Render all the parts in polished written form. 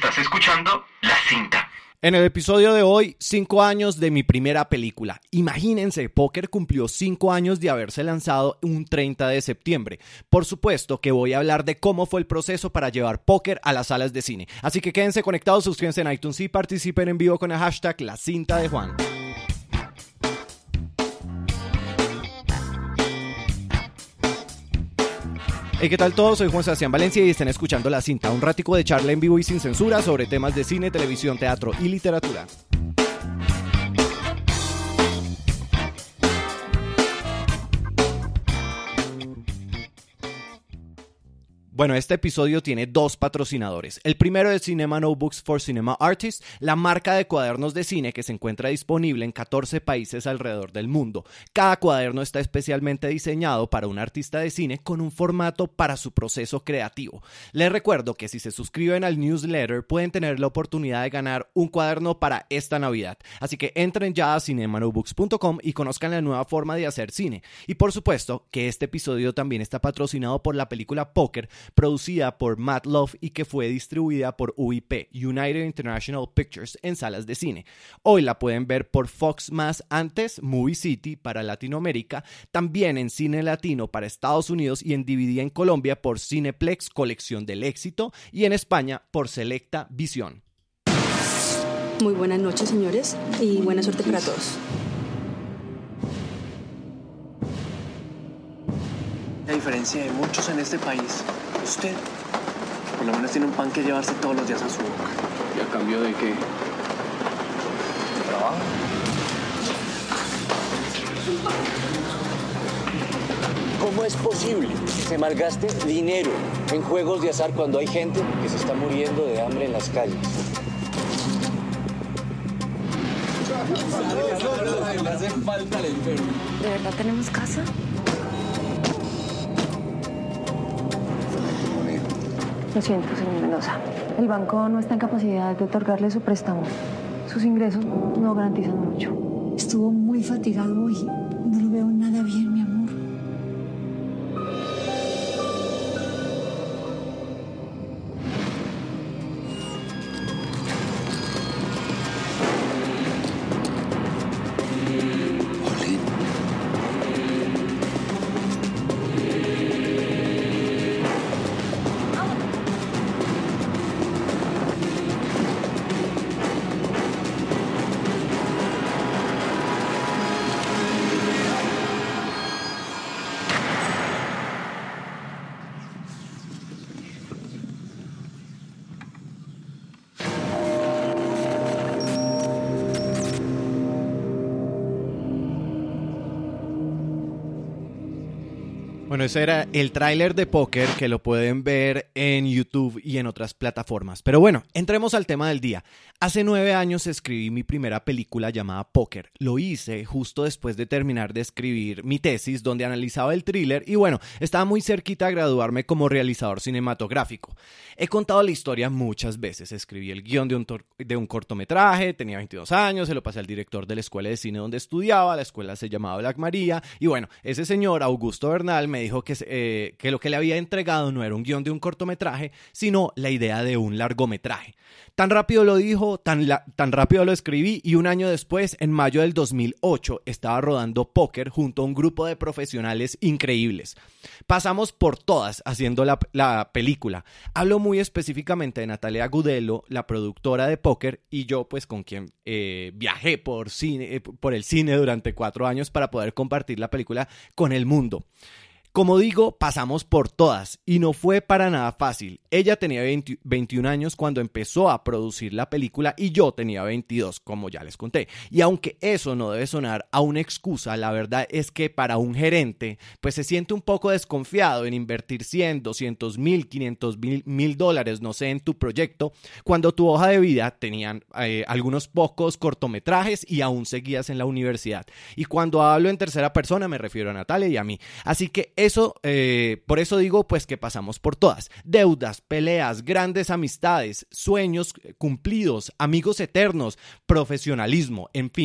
Estás escuchando La Cinta. En el episodio de hoy, 5 años de mi primera película. Imagínense, Póker cumplió 5 años de haberse lanzado un 30 de septiembre. Por supuesto que voy a hablar de cómo fue el proceso para llevar Póker a las salas de cine. Así que quédense conectados, suscríbanse en iTunes y participen en vivo con el hashtag La Cinta de Juan. Hey, ¿qué tal todos? Soy Juan Sebastián Valencia y están escuchando La Cinta, un ratico de charla en vivo y sin censura sobre temas de cine, televisión, teatro y literatura. Bueno, este episodio tiene 2 patrocinadores. El primero es Cinema Notebooks for Cinema Artists, la marca de cuadernos de cine que se encuentra disponible en 14 países alrededor del mundo. Cada cuaderno está especialmente diseñado para un artista de cine con un formato para su proceso creativo. Les recuerdo que si se suscriben al newsletter pueden tener la oportunidad de ganar un cuaderno para esta Navidad. Así que entren ya a cinemanotebooks.com y conozcan la nueva forma de hacer cine. Y por supuesto que este episodio también está patrocinado por la película Póker, producida por Matt Love y que fue distribuida por UIP, United International Pictures, en salas de cine. Hoy la pueden ver por Fox+, antes Movie City para Latinoamérica, también en Cine Latino para Estados Unidos y en DVD en Colombia por Cineplex Colección del Éxito y en España por Selecta Visión. Muy buenas noches, señores, y buena suerte para todos. A diferencia de muchos en este país, usted por lo menos tiene un pan que llevarse todos los días a su boca. ¿Y a cambio de qué? ¿De trabajo? ¿Cómo es posible que se malgaste dinero en juegos de azar cuando hay gente que se está muriendo de hambre en las calles? Le hace falta el enfermo. ¿De verdad tenemos casa? Lo siento, señor Mendoza. El banco no está en capacidad de otorgarle su préstamo. Sus ingresos no garantizan mucho. Estuvo muy fatigado hoy. No lo veo nada bien, mi amor. Bueno, ese era el tráiler de Póker que lo pueden ver en YouTube y en otras plataformas. Pero bueno, entremos al tema del día. Hace 9 años escribí mi primera película llamada Póker. Lo hice justo después de terminar de escribir mi tesis donde analizaba el thriller y bueno, estaba muy cerquita de graduarme como realizador cinematográfico. He contado la historia muchas veces. Escribí el guión de un cortometraje, tenía 22 años, se lo pasé al director de la escuela de cine donde estudiaba, la escuela se llamaba Black Maria y bueno, ese señor Augusto Bernal me dijo que lo que le había entregado no era un guión de un cortometraje, sino la idea de un largometraje. Tan rápido lo dijo, tan rápido lo escribí y un año después, en mayo del 2008, estaba rodando Póker junto a un grupo de profesionales increíbles. Pasamos por todas haciendo la película. Hablo muy específicamente de Natalia Gudelo, la productora de Póker, y yo pues con quien viajé por el cine durante 4 años para poder compartir la película con el mundo. Como digo, pasamos por todas y no fue para nada fácil. Ella tenía 21 años cuando empezó a producir la película y yo tenía 22, como ya les conté. Y aunque eso no debe sonar a una excusa, la verdad es que para un gerente, pues se siente un poco desconfiado en invertir 100, 200 mil, 500 mil dólares, no sé, en tu proyecto, cuando tu hoja de vida tenían algunos pocos cortometrajes y aún seguías en la universidad. Y cuando hablo en tercera persona me refiero a Natalia y a mí. Así que por eso digo pues que pasamos por todas. Deudas, peleas, grandes amistades, sueños cumplidos, amigos eternos, profesionalismo, en fin,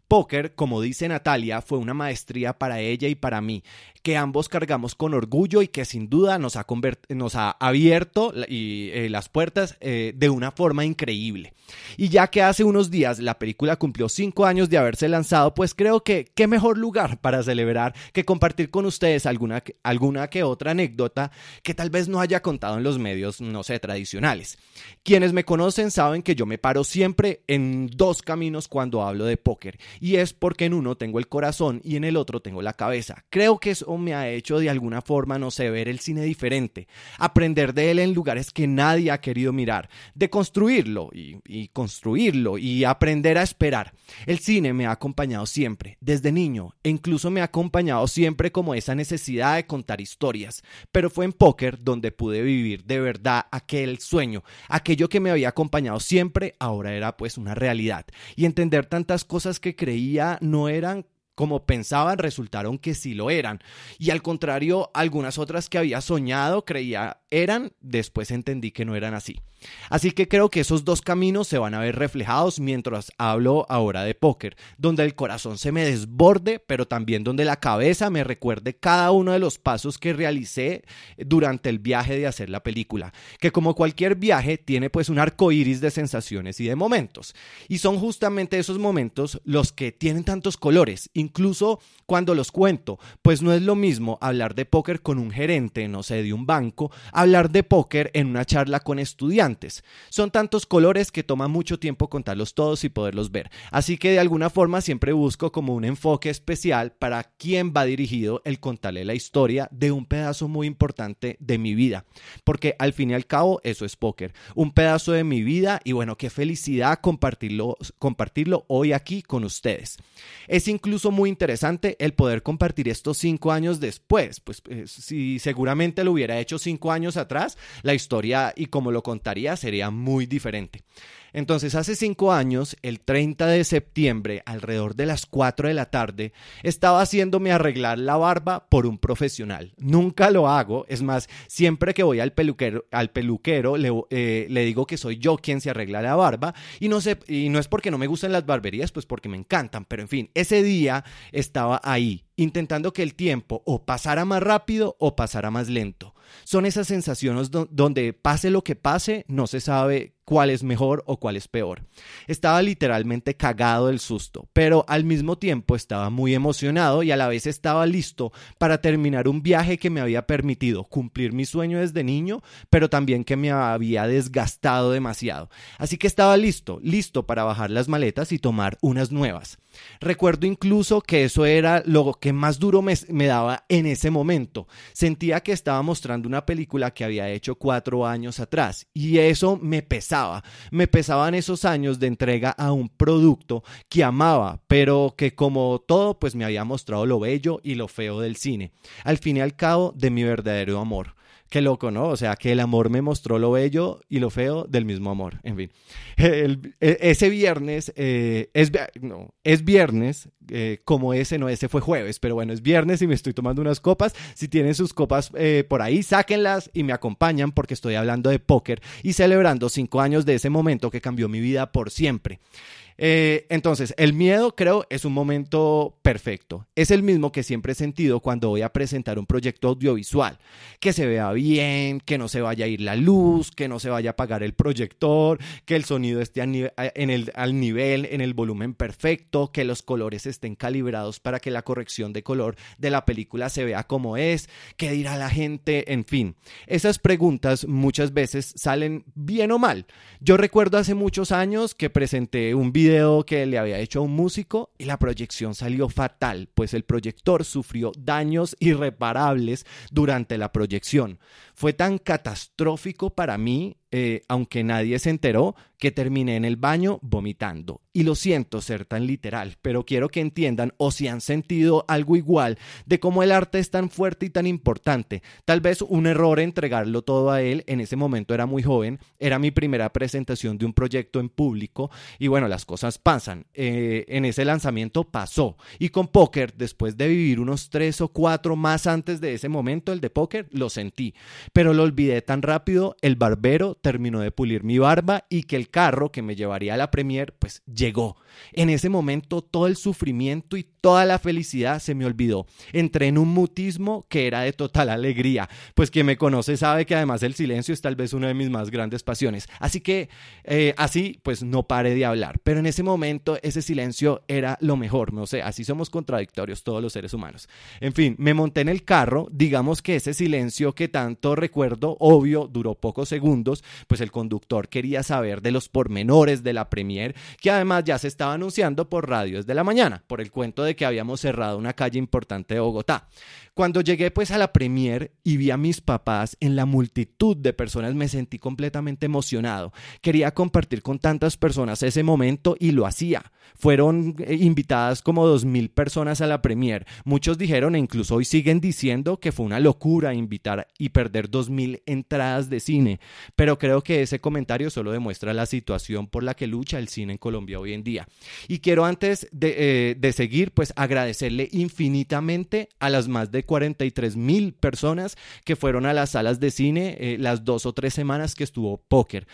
Póker, como dice Natalia, fue una maestría para ella y para mí, que ambos cargamos con orgullo y que sin duda nos ha abierto las puertas de una forma increíble. Y ya que hace unos días la película cumplió 5 años de haberse lanzado, pues creo que qué mejor lugar para celebrar que compartir con ustedes alguna que otra anécdota que tal vez no haya contado en los medios, no sé, tradicionales. Quienes me conocen saben que yo me paro siempre en 2 caminos cuando hablo de póker, y es porque en uno tengo el corazón y en el otro tengo la cabeza. Creo que eso me ha hecho de alguna forma, no sé, ver el cine diferente, aprender de él en lugares que nadie ha querido mirar, de construirlo y construirlo y aprender a esperar. El cine me ha acompañado siempre, desde niño, e incluso me ha acompañado siempre como esa necesidad de contar historias, pero fue en póker donde pude vivir de verdad aquel sueño, aquello que me había acompañado siempre, ahora era pues una realidad, y entender tantas cosas que creía no eran como pensaban, resultaron que sí lo eran, y al contrario, algunas otras que había soñado, creía eran, después entendí que no eran así. Así que creo que esos 2 caminos se van a ver reflejados mientras hablo ahora de póker, donde el corazón se me desborde, pero también donde la cabeza me recuerde cada uno de los pasos que realicé durante el viaje de hacer la película, que como cualquier viaje tiene pues un arco iris de sensaciones y de momentos, y son justamente esos momentos los que tienen tantos colores, incluso cuando los cuento, pues no es lo mismo hablar de póker con un gerente, no sé, de un banco, hablar de póker en una charla con estudiantes. Son tantos colores que toma mucho tiempo contarlos todos y poderlos ver. Así que de alguna forma siempre busco como un enfoque especial para quien va dirigido el contarle la historia de un pedazo muy importante de mi vida. Porque al fin y al cabo eso es póker. Un pedazo de mi vida y bueno, qué felicidad compartirlo hoy aquí con ustedes. Es incluso muy interesante el poder compartir estos 5 años después. Pues si seguramente lo hubiera hecho 5 años atrás, la historia y como lo contaría sería muy diferente. Entonces, hace 5 años, el 30 de septiembre, alrededor de las 4 de la tarde, estaba haciéndome arreglar la barba por un profesional. Nunca lo hago, es más, siempre que voy al peluquero le digo que soy yo quien se arregla la barba, y no es porque no me gusten las barberías, pues porque me encantan, pero en fin, ese día estaba ahí, intentando que el tiempo o pasara más rápido o pasara más lento. Son esas sensaciones donde pase lo que pase, no se sabe cuál es mejor o cuál es peor. Estaba literalmente cagado del susto, pero al mismo tiempo estaba muy emocionado y a la vez estaba listo para terminar un viaje que me había permitido cumplir mi sueño desde niño, pero también que me había desgastado demasiado. Así que estaba listo para bajar las maletas y tomar unas nuevas. Recuerdo incluso que eso era lo que más duro me daba en ese momento. Sentía que estaba mostrando una película que había hecho 4 años atrás y eso me pesaban esos años de entrega a un producto que amaba, pero que como todo pues me había mostrado lo bello y lo feo del cine. Al fin y al cabo, de mi verdadero amor. Qué loco, ¿no? O sea, que el amor me mostró lo bello y lo feo del mismo amor. En fin, ese viernes, es viernes, como ese fue jueves, pero bueno, es viernes y me estoy tomando unas copas. Si tienen sus copas por ahí, sáquenlas y me acompañan porque estoy hablando de póker y celebrando 5 años de ese momento que cambió mi vida por siempre. Entonces, el miedo creo es un momento perfecto. Es el mismo que siempre he sentido cuando voy a presentar un proyecto audiovisual. Que se vea bien, que no se vaya a ir la luz, que no se vaya a apagar el proyector, que el sonido esté al nivel, en el volumen perfecto, que los colores estén calibrados para que la corrección de color de la película se vea como es, qué dirá la gente, en fin. Esas preguntas muchas veces salen bien o mal. Yo recuerdo hace muchos años que presenté un video que le había hecho a un músico y la proyección salió fatal, pues el proyector sufrió daños irreparables durante la proyección. Fue tan catastrófico para mí, aunque nadie se enteró, que terminé en el baño vomitando. Y lo siento ser tan literal, pero quiero que entiendan o si han sentido algo igual de cómo el arte es tan fuerte y tan importante. Tal vez un error entregarlo todo a él, en ese momento era muy joven, era mi primera presentación de un proyecto en público y bueno, las cosas pasan. En ese lanzamiento pasó y con póker, después de vivir unos 3 o 4 más antes de ese momento, el de póker, lo sentí, pero lo olvidé tan rápido, el barbero terminó de pulir mi barba y que el carro que me llevaría a la premier pues llegó. En ese momento todo el sufrimiento y toda la felicidad se me olvidó. Entré en un mutismo que era de total alegría, pues quien me conoce sabe que además el silencio es tal vez una de mis más grandes pasiones. Así que así pues no paré de hablar, pero en ese momento ese silencio era lo mejor, no sé, así somos contradictorios todos los seres humanos. En fin, me monté en el carro, digamos que ese silencio que tanto recuerdo, obvio, duró pocos segundos, pues el conductor quería saber de los pormenores de la premier, que además ya se estaba anunciando por radio desde la mañana, por el cuento de que habíamos cerrado una calle importante de Bogotá. Cuando llegué pues a la premier y vi a mis papás en la multitud de personas, me sentí completamente emocionado. Quería compartir con tantas personas ese momento y lo hacía. Fueron invitadas como 2,000 personas a la premier. Muchos dijeron e incluso hoy siguen diciendo que fue una locura invitar y perder 2,000 entradas de cine. Pero creo que ese comentario solo demuestra la situación por la que lucha el cine en Colombia hoy en día. Y quiero antes de seguir pues agradecerle infinitamente a las más de 43,000 personas que fueron a las salas de cine las 2 o 3 semanas que estuvo Póker,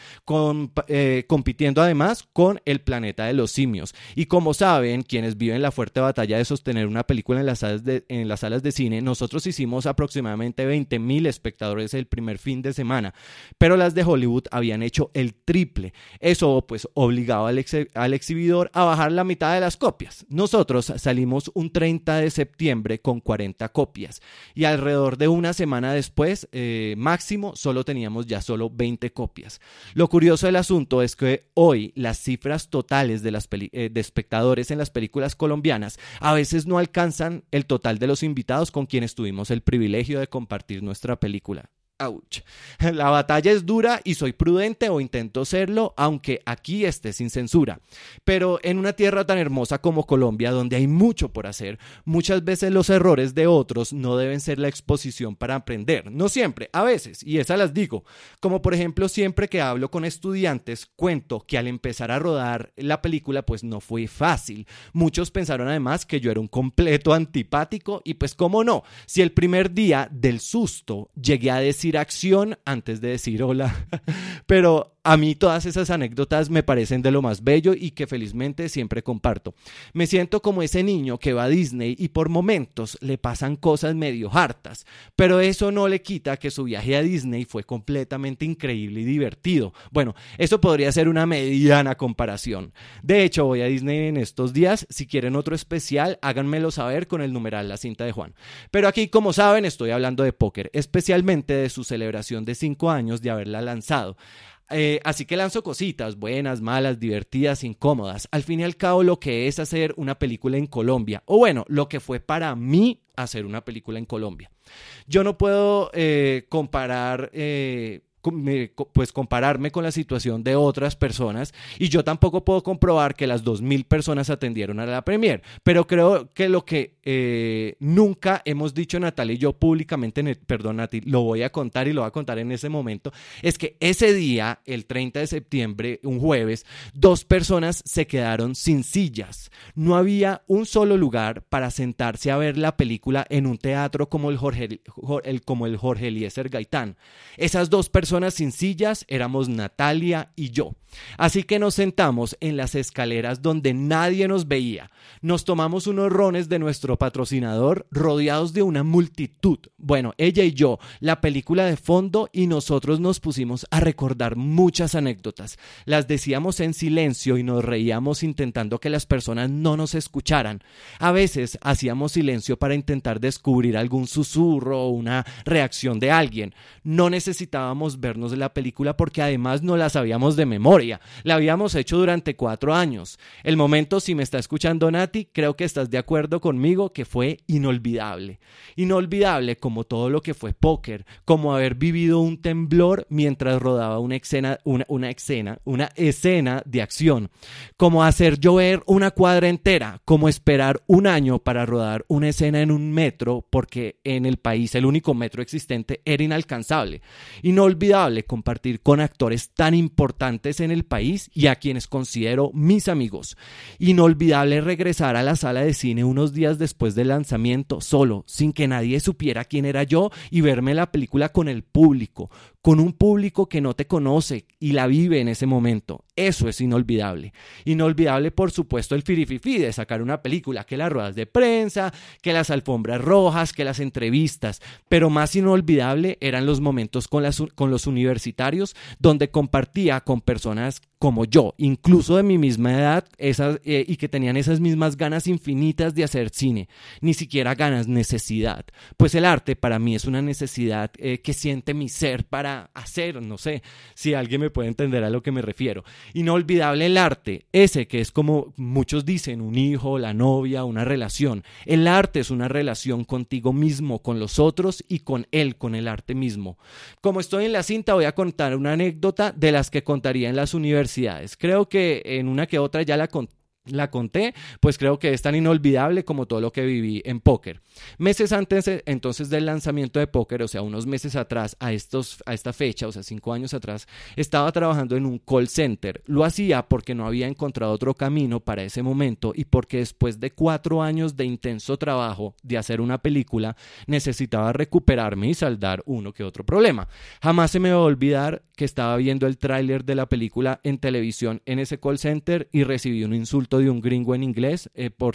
compitiendo además con El Planeta de los Simios. Y como saben, quienes viven la fuerte batalla de sostener una película en las salas de cine, nosotros hicimos aproximadamente 20,000 espectadores el primer fin de semana, pero las de Hollywood habían hecho el triple. Eso pues obligaba al exhibidor a bajar la mitad de las copias. Nosotros salimos un 30 de septiembre con 40 copias y alrededor de una semana después, máximo, solo teníamos ya solo 20 copias. Lo curioso del asunto es que hoy las cifras totales de espectadores en las películas colombianas a veces no alcanzan el total de los invitados con quienes tuvimos el privilegio de compartir nuestra película. Ouch. La batalla es dura y soy prudente o intento serlo, aunque aquí esté sin censura. Pero en una tierra tan hermosa como Colombia, donde hay mucho por hacer, muchas veces los errores de otros no deben ser la exposición para aprender. No siempre, a veces, y esas las digo. Como por ejemplo, siempre que hablo con estudiantes, cuento que al empezar a rodar la película, pues no fue fácil. Muchos pensaron además que yo era un completo antipático y pues cómo no, si el primer día del susto llegué a decir acción antes de decir hola. Pero a mí todas esas anécdotas me parecen de lo más bello y que felizmente siempre comparto. Me siento como ese niño que va a Disney y por momentos le pasan cosas medio hartas, pero eso no le quita que su viaje a Disney fue completamente increíble y divertido. Bueno, eso podría ser una mediana comparación. De hecho, voy a Disney en estos días. Si quieren otro especial, háganmelo saber con el numeral La Cinta de Juan. Pero aquí, como saben, estoy hablando de Póker, especialmente de su celebración de 5 años de haberla lanzado. Así que lanzo cositas buenas, malas, divertidas, incómodas. Al fin y al cabo, lo que es hacer una película en Colombia, o bueno, lo que fue para mí hacer una película en Colombia. Yo no puedo compararme con la situación de otras personas y yo tampoco puedo comprobar que las 2,000 personas atendieron a la premier, pero creo que lo que nunca hemos dicho Natalia y yo públicamente, perdón Nati, lo voy a contar y lo voy a contar en ese momento, es que ese día, el 30 de septiembre, un jueves, 2 personas se quedaron sin sillas. No había un solo lugar para sentarse a ver la película en un teatro como el Jorge Eliezer Gaitán. Esas 2 personas sin sillas éramos Natalia y yo. Así que nos sentamos en las escaleras donde nadie nos veía. Nos tomamos unos rones de nuestro patrocinador rodeados de una multitud. Bueno, ella y yo, la película de fondo y nosotros nos pusimos a recordar muchas anécdotas. Las decíamos en silencio y nos reíamos intentando que las personas no nos escucharan. A veces hacíamos silencio para intentar descubrir algún susurro o una reacción de alguien. No necesitábamos vernos la película porque además no la sabíamos de memoria. La habíamos hecho durante 4 años. El momento, si me está escuchando Nati, creo que estás de acuerdo conmigo que fue inolvidable. Inolvidable como todo lo que fue Póker, como haber vivido un temblor mientras rodaba una escena de acción, como hacer llover una cuadra entera, como esperar 1 año para rodar una escena en un metro porque en el país el único metro existente era inalcanzable. Inolvidable inolvidable compartir con actores tan importantes en el país y a quienes considero mis amigos. Inolvidable regresar a la sala de cine unos días después del lanzamiento, solo, sin que nadie supiera quién era yo, y verme la película con el público, con un público que no te conoce y la vive en ese momento. Eso es inolvidable. Inolvidable, por supuesto, el firififí de sacar una película, que las ruedas de prensa, que las alfombras rojas, que las entrevistas, pero más inolvidable eran los momentos con los universitarios, donde compartía con personas como yo, incluso de mi misma edad, y que tenían esas mismas ganas infinitas de hacer cine. Ni siquiera ganas, necesidad. Pues el arte para mí es una necesidad que siente mi ser para hacer, no sé si alguien me puede entender a lo que me refiero. Inolvidable el arte, ese que es como muchos dicen, un hijo, la novia, una relación. El arte es una relación contigo mismo, con los otros y con él, con el arte mismo. Como estoy en la cinta, voy a contar una anécdota de las que contaría en las universidades. Creo que en una que otra ya la conté, pues creo que es tan inolvidable como todo lo que viví en Póker. Meses antes entonces del lanzamiento de Póker, o sea, unos meses atrás, a esta fecha, o sea, 5 años atrás, estaba trabajando en un call center. Lo hacía porque no había encontrado otro camino para ese momento y porque después de 4 años de intenso trabajo de hacer una película, necesitaba recuperarme y saldar uno que otro problema. Jamás se me va a olvidar que estaba viendo el tráiler de la película en televisión en ese call center y recibí un insulto de un gringo en inglés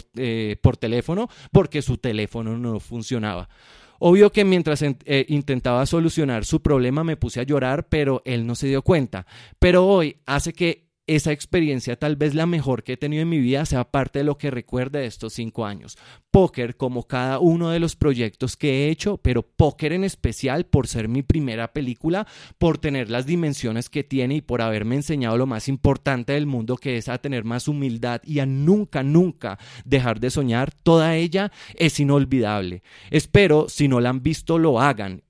por teléfono porque su teléfono no funcionaba. Obvio que mientras intentaba solucionar su problema me puse a llorar, pero él no se dio cuenta. Pero hoy hace que esa experiencia, tal vez la mejor que he tenido en mi vida, sea parte de lo que recuerde de estos 5 años. Póker, como cada uno de los proyectos que he hecho, pero Póker en especial por ser mi primera película, por tener las dimensiones que tiene y por haberme enseñado lo más importante del mundo, que es a tener más humildad y a nunca, nunca dejar de soñar. Toda ella es inolvidable. Espero, si no la han visto, lo hagan.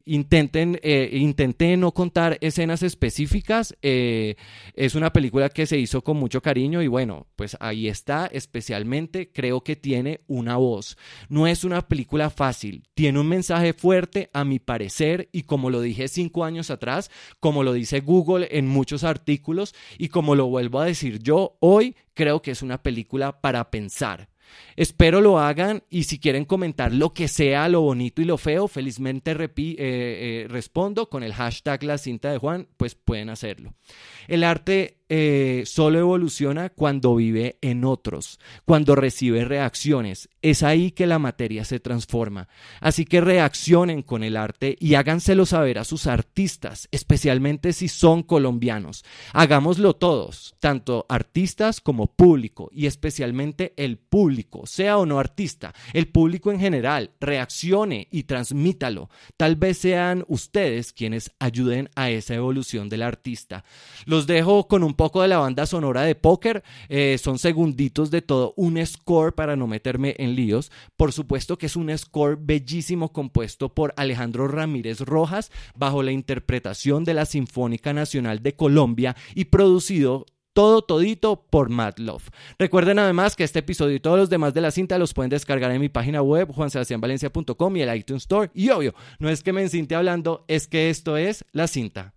Intenté no contar escenas específicas. Es una película que se hizo con mucho cariño y bueno, pues ahí está. Especialmente creo que tiene una voz. No es una película fácil, tiene un mensaje fuerte a mi parecer y como lo dije 5 años atrás, como lo dice Google en muchos artículos y como lo vuelvo a decir yo hoy, creo que es una película para pensar. Espero lo hagan y si quieren comentar lo que sea, lo bonito y lo feo, felizmente respondo con el hashtag La Cinta de Juan, pues pueden hacerlo. El arte solo evoluciona cuando vive en otros, cuando recibe reacciones. Es ahí que la materia se transforma. Así que reaccionen con el arte y háganselo saber a sus artistas, especialmente si son colombianos. Hagámoslo todos, tanto artistas como público y especialmente el público, sea o no artista, el público en general, reaccione y transmítalo. Tal vez sean ustedes quienes ayuden a esa evolución del artista. Los dejo con un poco de la banda sonora de Póker, son segunditos de todo un score para no meterme en líos. Por supuesto que es un score bellísimo compuesto por Alejandro Ramírez Rojas bajo la interpretación de la Sinfónica Nacional de Colombia y producido todito por Mad Love. Recuerden además que este episodio y todos los demás de La Cinta los pueden descargar en mi página web juansebastianvalencia.com y el iTunes Store. Y obvio, no es que me encinte hablando, es que esto es La Cinta.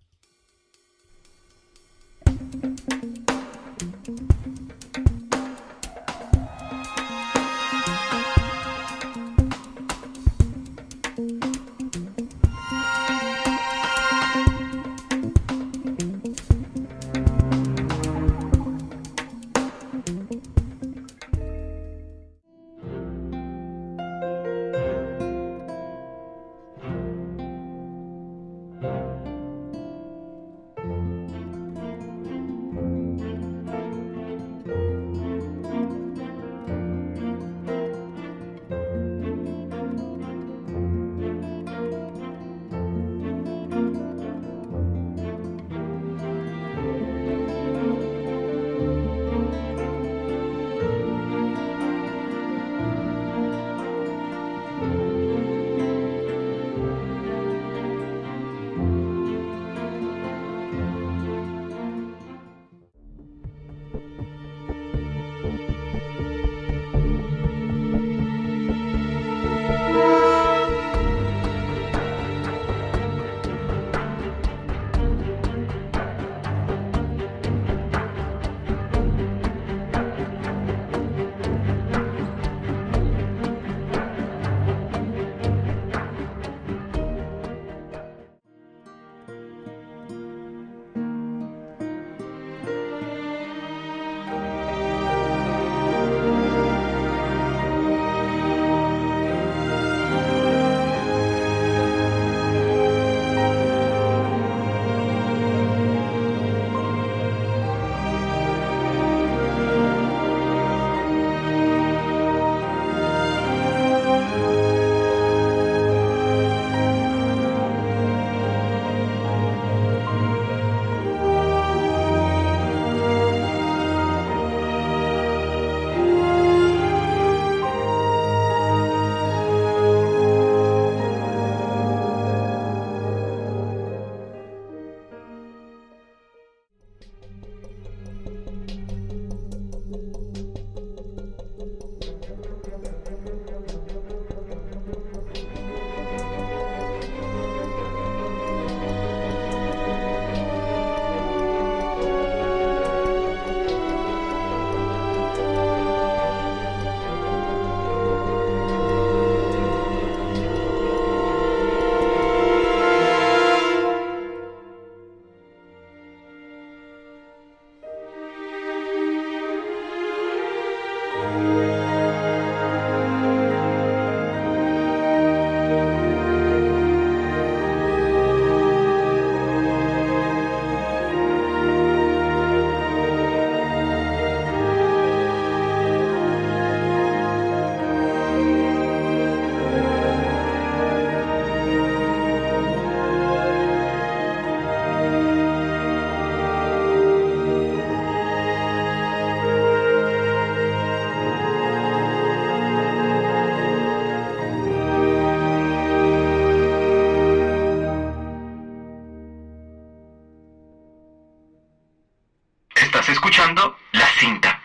Estás escuchando La Cinta.